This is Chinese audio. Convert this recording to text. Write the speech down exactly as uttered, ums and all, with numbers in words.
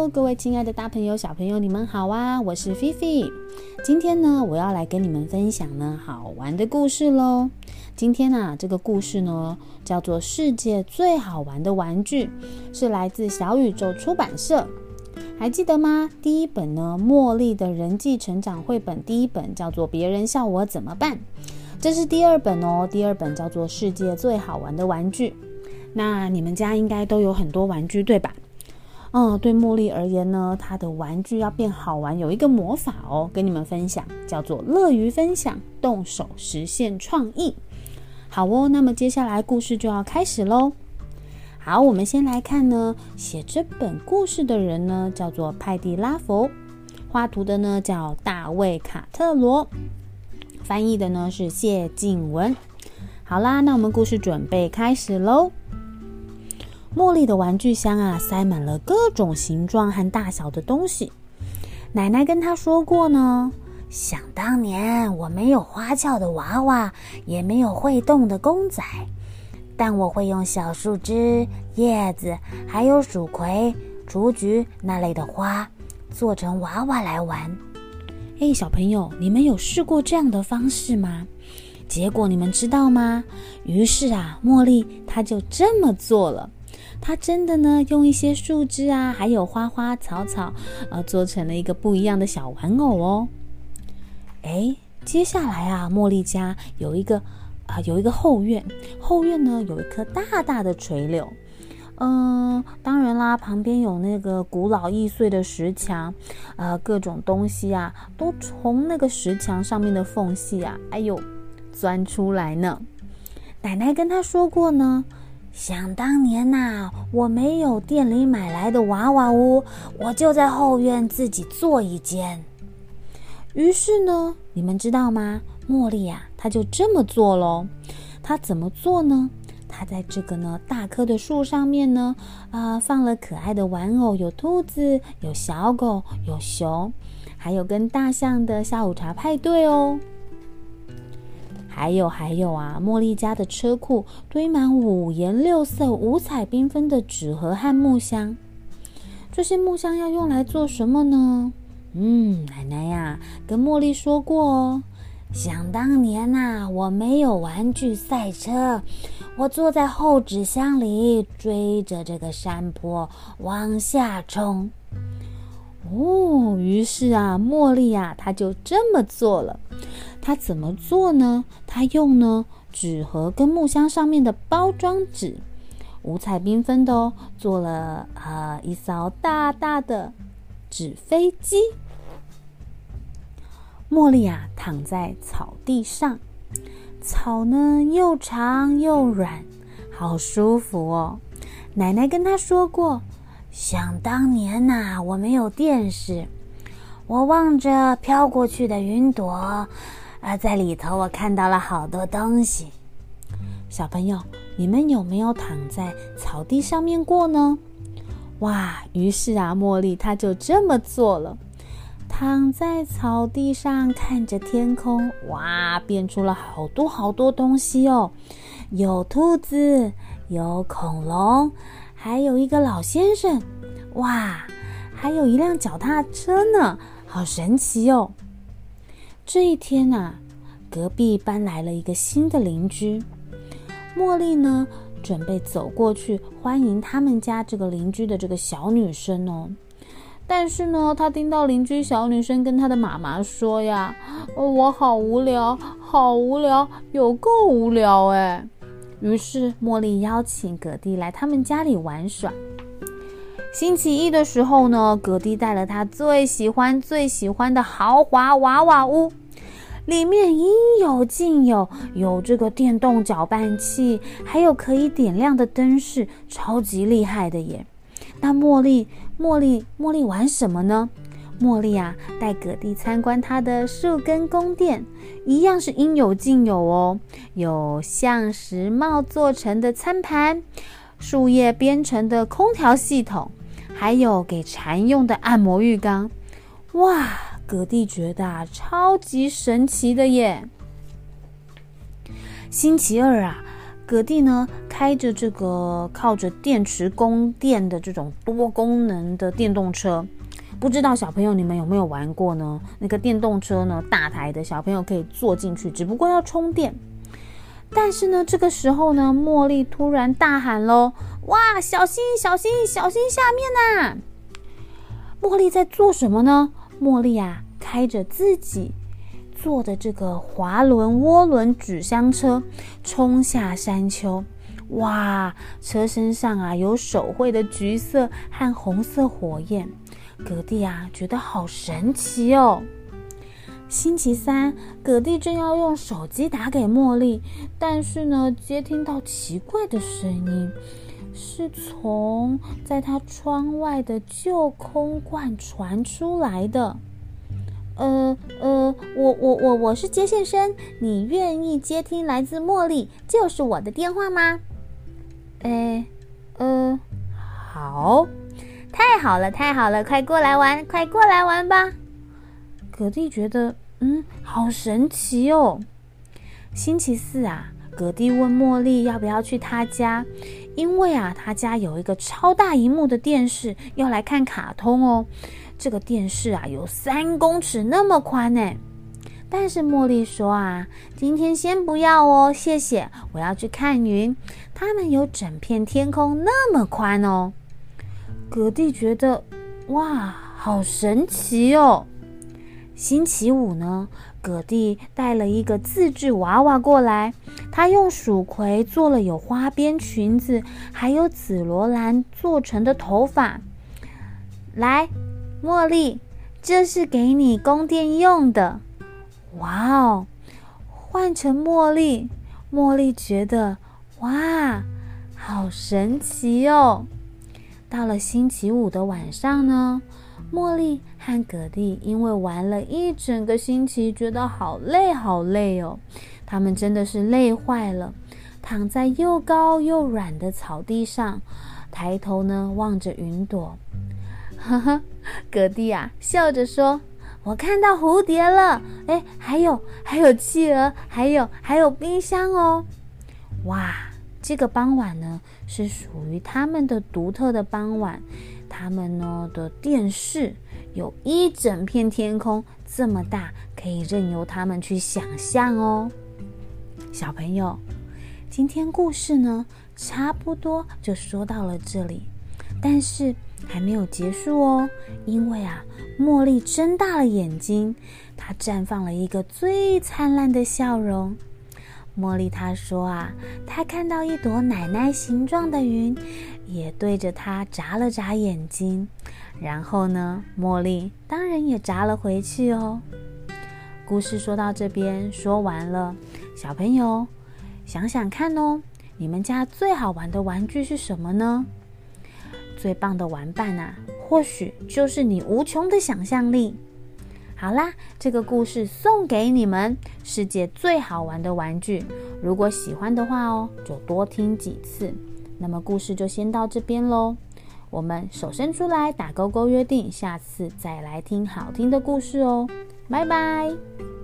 各位亲爱的大朋友小朋友，你们好啊，我是菲菲。今天呢，我要来跟你们分享呢好玩的故事咯。今天啊，这个故事呢叫做世界最好玩的玩具，是来自小宇宙出版社。还记得吗？第一本呢，茉莉的人际成长绘本，第一本叫做别人笑我怎么办。这是第二本哦，第二本叫做世界最好玩的玩具。那你们家应该都有很多玩具对吧？嗯，对茉莉而言呢，她的玩具要变好玩，有一个魔法哦，跟你们分享，叫做乐于分享，动手实现创意。好哦，那么接下来故事就要开始咯。好，我们先来看呢，写这本故事的人呢，叫做派蒂拉佛，画图的呢叫大卫卡特罗，翻译的呢是谢静文。好啦，那我们故事准备开始咯。茉莉的玩具箱啊，塞满了各种形状和大小的东西。奶奶跟她说过呢，想当年我没有花俏的娃娃，也没有会动的公仔，但我会用小树枝、叶子，还有蜀葵、雏菊那类的花，做成娃娃来玩。嘿，小朋友，你们有试过这样的方式吗？结果你们知道吗？于是啊，茉莉她就这么做了。他真的呢，用一些树枝啊，还有花花草草，呃，做成了一个不一样的小玩偶哦。诶，接下来啊，茉莉家有一个啊、呃，有一个后院，后院呢有一棵大大的垂柳，嗯、呃，当然啦，旁边有那个古老易碎的石墙，呃，各种东西啊，都从那个石墙上面的缝隙啊，哎呦，钻出来呢。奶奶跟她说过呢。想当年呐、啊，我没有店里买来的娃娃屋，我就在后院自己做一间。于是呢，你们知道吗？茉莉啊，她就这么做咯。她怎么做呢？她在这个呢大棵的树上面呢，啊、呃，放了可爱的玩偶，有兔子，有小狗，有熊，还有跟大象的下午茶派对哦。还有还有啊，茉莉家的车库堆满五颜六色、五彩缤纷的纸盒和木箱。这些木箱要用来做什么呢？嗯，奶奶呀、啊，跟茉莉说过哦。想当年啊，我没有玩具赛车，我坐在后纸箱里，追着这个山坡往下冲。哦，于是啊，茉莉啊，她就这么做了。她怎么做呢？她用呢纸盒跟木箱上面的包装纸，五彩缤纷的哦，做了呃一艘大大的纸飞机。茉莉啊，躺在草地上，草呢又长又软，好舒服哦。奶奶跟她说过，想当年呐、啊，我没有电视，我望着飘过去的云朵。啊，在里头我看到了好多东西。小朋友，你们有没有躺在草地上面过呢？哇，于是啊，茉莉她就这么做了，躺在草地上看着天空，哇，变出了好多好多东西哦，有兔子，有恐龙，还有一个老先生，哇，还有一辆脚踏车呢，好神奇哦。这一天啊，隔壁搬来了一个新的邻居。茉莉呢，准备走过去欢迎他们家这个邻居的这个小女生哦。但是呢，她听到邻居小女生跟她的妈妈说呀：“哦，我好无聊，好无聊，有够无聊哎。”于是茉莉邀请葛蒂来他们家里玩耍。星期一的时候呢，葛蒂带了他最喜欢最喜欢的豪华娃娃屋，里面应有尽有，有这个电动搅拌器，还有可以点亮的灯饰，超级厉害的耶。那茉莉茉莉茉莉玩什么呢？茉莉啊，带葛蒂参观她的树根宫殿，一样是应有尽有哦，有橡实帽做成的餐盘，树叶编成的空调系统，还有给蝉用的按摩浴缸。哇，葛蒂觉得啊，超级神奇的耶。星期二啊，葛蒂呢看开着这个靠着电池供电的这种多功能的电动车。不知道小朋友你们有没有玩过呢？那个电动车呢，大台的，小朋友可以坐进去，只不过要充电。但是呢，这个时候呢，茉莉突然大喊咯，哇，小心小心小心下面啊！茉莉在做什么呢？茉莉啊，开着自己坐的这个滑轮涡轮纸箱车冲下山丘。哇，车身上啊有手绘的橘色和红色火焰，葛蒂啊觉得好神奇哦。星期三，葛蒂正要用手机打给茉莉，但是呢，接听到奇怪的声音，是从在他窗外的旧空罐传出来的。呃呃，我我我我是接线生，你愿意接听来自茉莉就是我的电话吗？哎，呃，好，太好了，太好了，快过来玩，快过来玩吧。葛蒂觉得，嗯，好神奇哦。星期四啊，葛蒂问茉莉要不要去他家，因为啊，他家有一个超大萤幕的电视，要来看卡通哦。这个电视啊，有三公尺那么宽呢。但是茉莉说啊，今天先不要哦，谢谢，我要去看云，它们有整片天空那么宽哦。葛蒂觉得，哇，好神奇哦。星期五呢，葛蒂带了一个自制娃娃过来，她用蜀葵做了有花边裙子，还有紫罗兰做成的头发。来，茉莉，这是给你供电用的。哇哦，换成茉莉，茉莉觉得哇，好神奇哦。到了星期五的晚上呢，茉莉和葛蒂因为玩了一整个星期，觉得好累好累哦，他们真的是累坏了，躺在又高又软的草地上，抬头呢望着云朵。呵呵，葛蒂啊笑着说，我看到蝴蝶了，诶，还有还有企鹅，还有还有冰箱哦。哇，这个傍晚呢是属于他们的独特的傍晚，他们呢的电视有一整片天空这么大，可以任由他们去想象哦。小朋友，今天故事呢差不多就说到了这里，但是还没有结束哦，因为啊，茉莉睁大了眼睛，她绽放了一个最灿烂的笑容。茉莉她说啊，她看到一朵奶奶形状的云，也对着她眨了眨眼睛。然后呢，茉莉当然也眨了回去哦。故事说到这边说完了，小朋友想想看哦，你们家最好玩的玩具是什么呢？最棒的玩伴啊，或许就是你无穷的想象力。好啦，这个故事送给你们，世界最好玩的玩具。如果喜欢的话哦，就多听几次。那么故事就先到这边咯，我们手伸出来打勾勾，约定下次再来听好听的故事哦。拜拜。